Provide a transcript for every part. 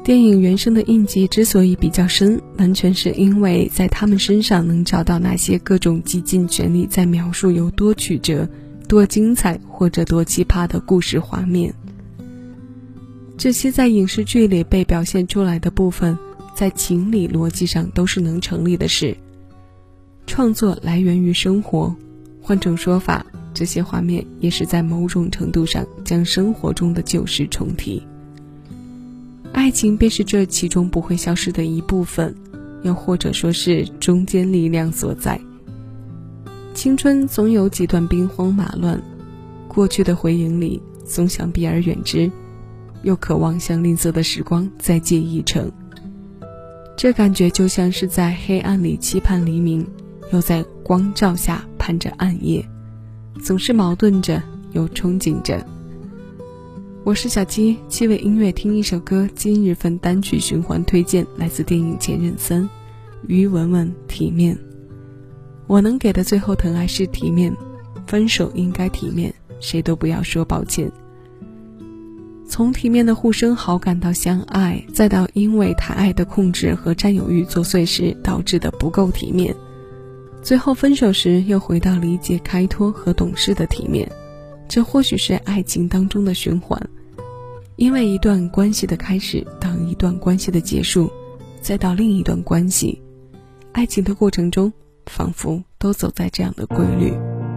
电影原声的印记之所以比较深，完全是因为在他们身上能找到那些各种极尽全力在描述有多曲折、多精彩或者多奇葩的故事画面。这些在影视剧里被表现出来的部分，在情理逻辑上都是能成立的事。创作来源于生活，换种说法，这些画面也是在某种程度上将生活中的旧事重提。爱情便是这其中不会消失的一部分，又或者说是中坚力量所在。青春总有几段兵荒马乱，过去的回影里总想避而远之，又渴望向吝啬的时光再借一程。这感觉就像是在黑暗里期盼黎明，又在光照下盼着暗夜，总是矛盾着又憧憬着。我是小七，七味音乐听一首歌，今日份单曲循环推荐来自电影《前任3》，于文文体面。我能给的最后疼爱是体面，分手应该体面，谁都不要说抱歉。从体面的互生好感到相爱，再到因为太爱的控制和占有欲作祟时导致的不够体面，最后分手时又回到理解、开脱和懂事的体面。这或许是爱情当中的循环，因为一段关系的开始到一段关系的结束，再到另一段关系，爱情的过程中仿佛都走在这样的规律。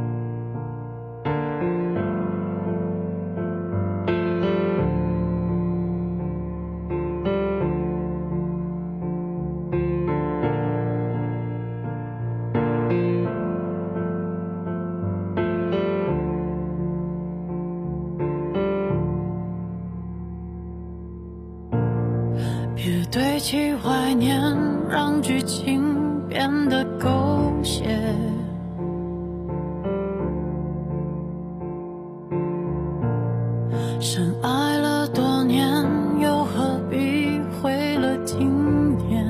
别堆砌怀念，让剧情变得狗血。深爱了多年，又何必毁了经典？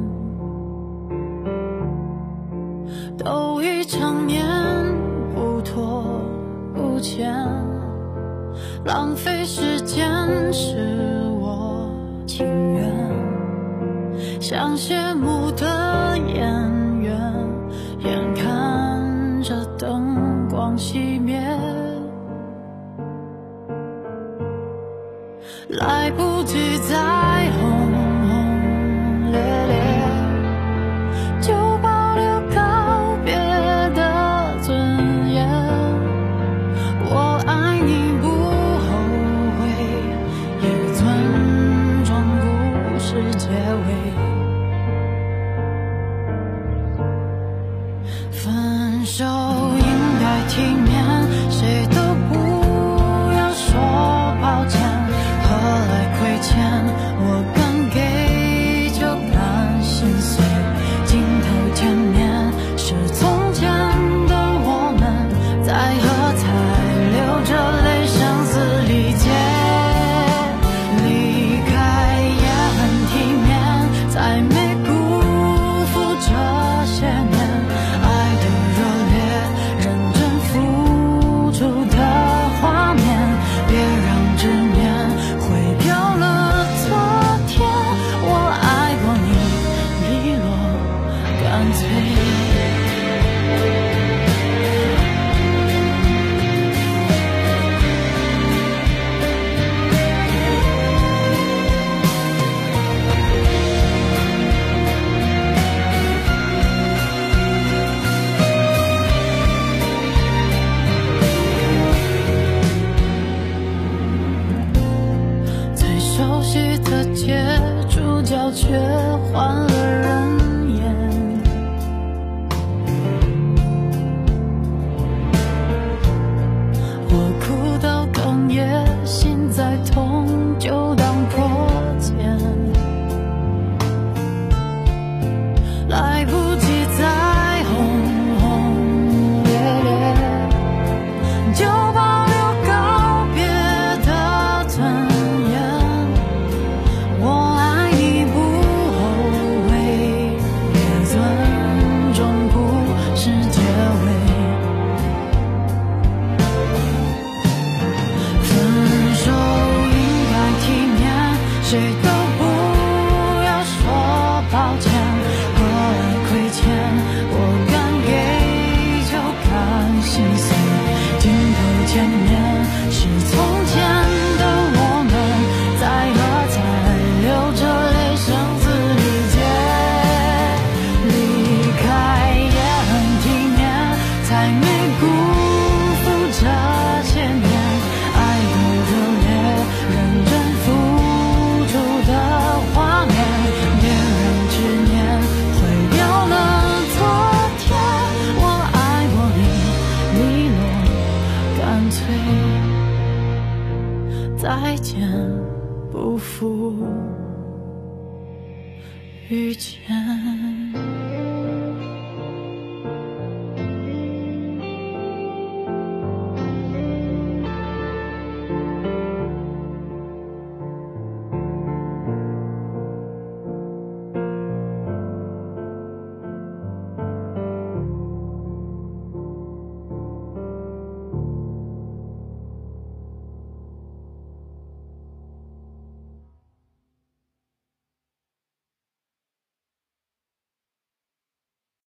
都已成年，不拖不欠，浪费时间是我情愿。像谢幕的演员，眼看着灯光熄灭，来不及再轰轰烈烈，就保留告别的尊严。我爱你不后悔，也尊重故事结尾。分手应该体面，谁都不要说抱歉，何来亏欠？我敢给就敢心碎，镜头前面是从前的我们，在喝彩流着泪声嘶力竭，离开也很体面，再没辜负这些年。熟悉的街，主角却换了人演。我哭到哽咽，心再痛就当破茧，来不及再轰轰烈烈，就保留告别的尊严。我爱你不后悔，也尊远不负遇见。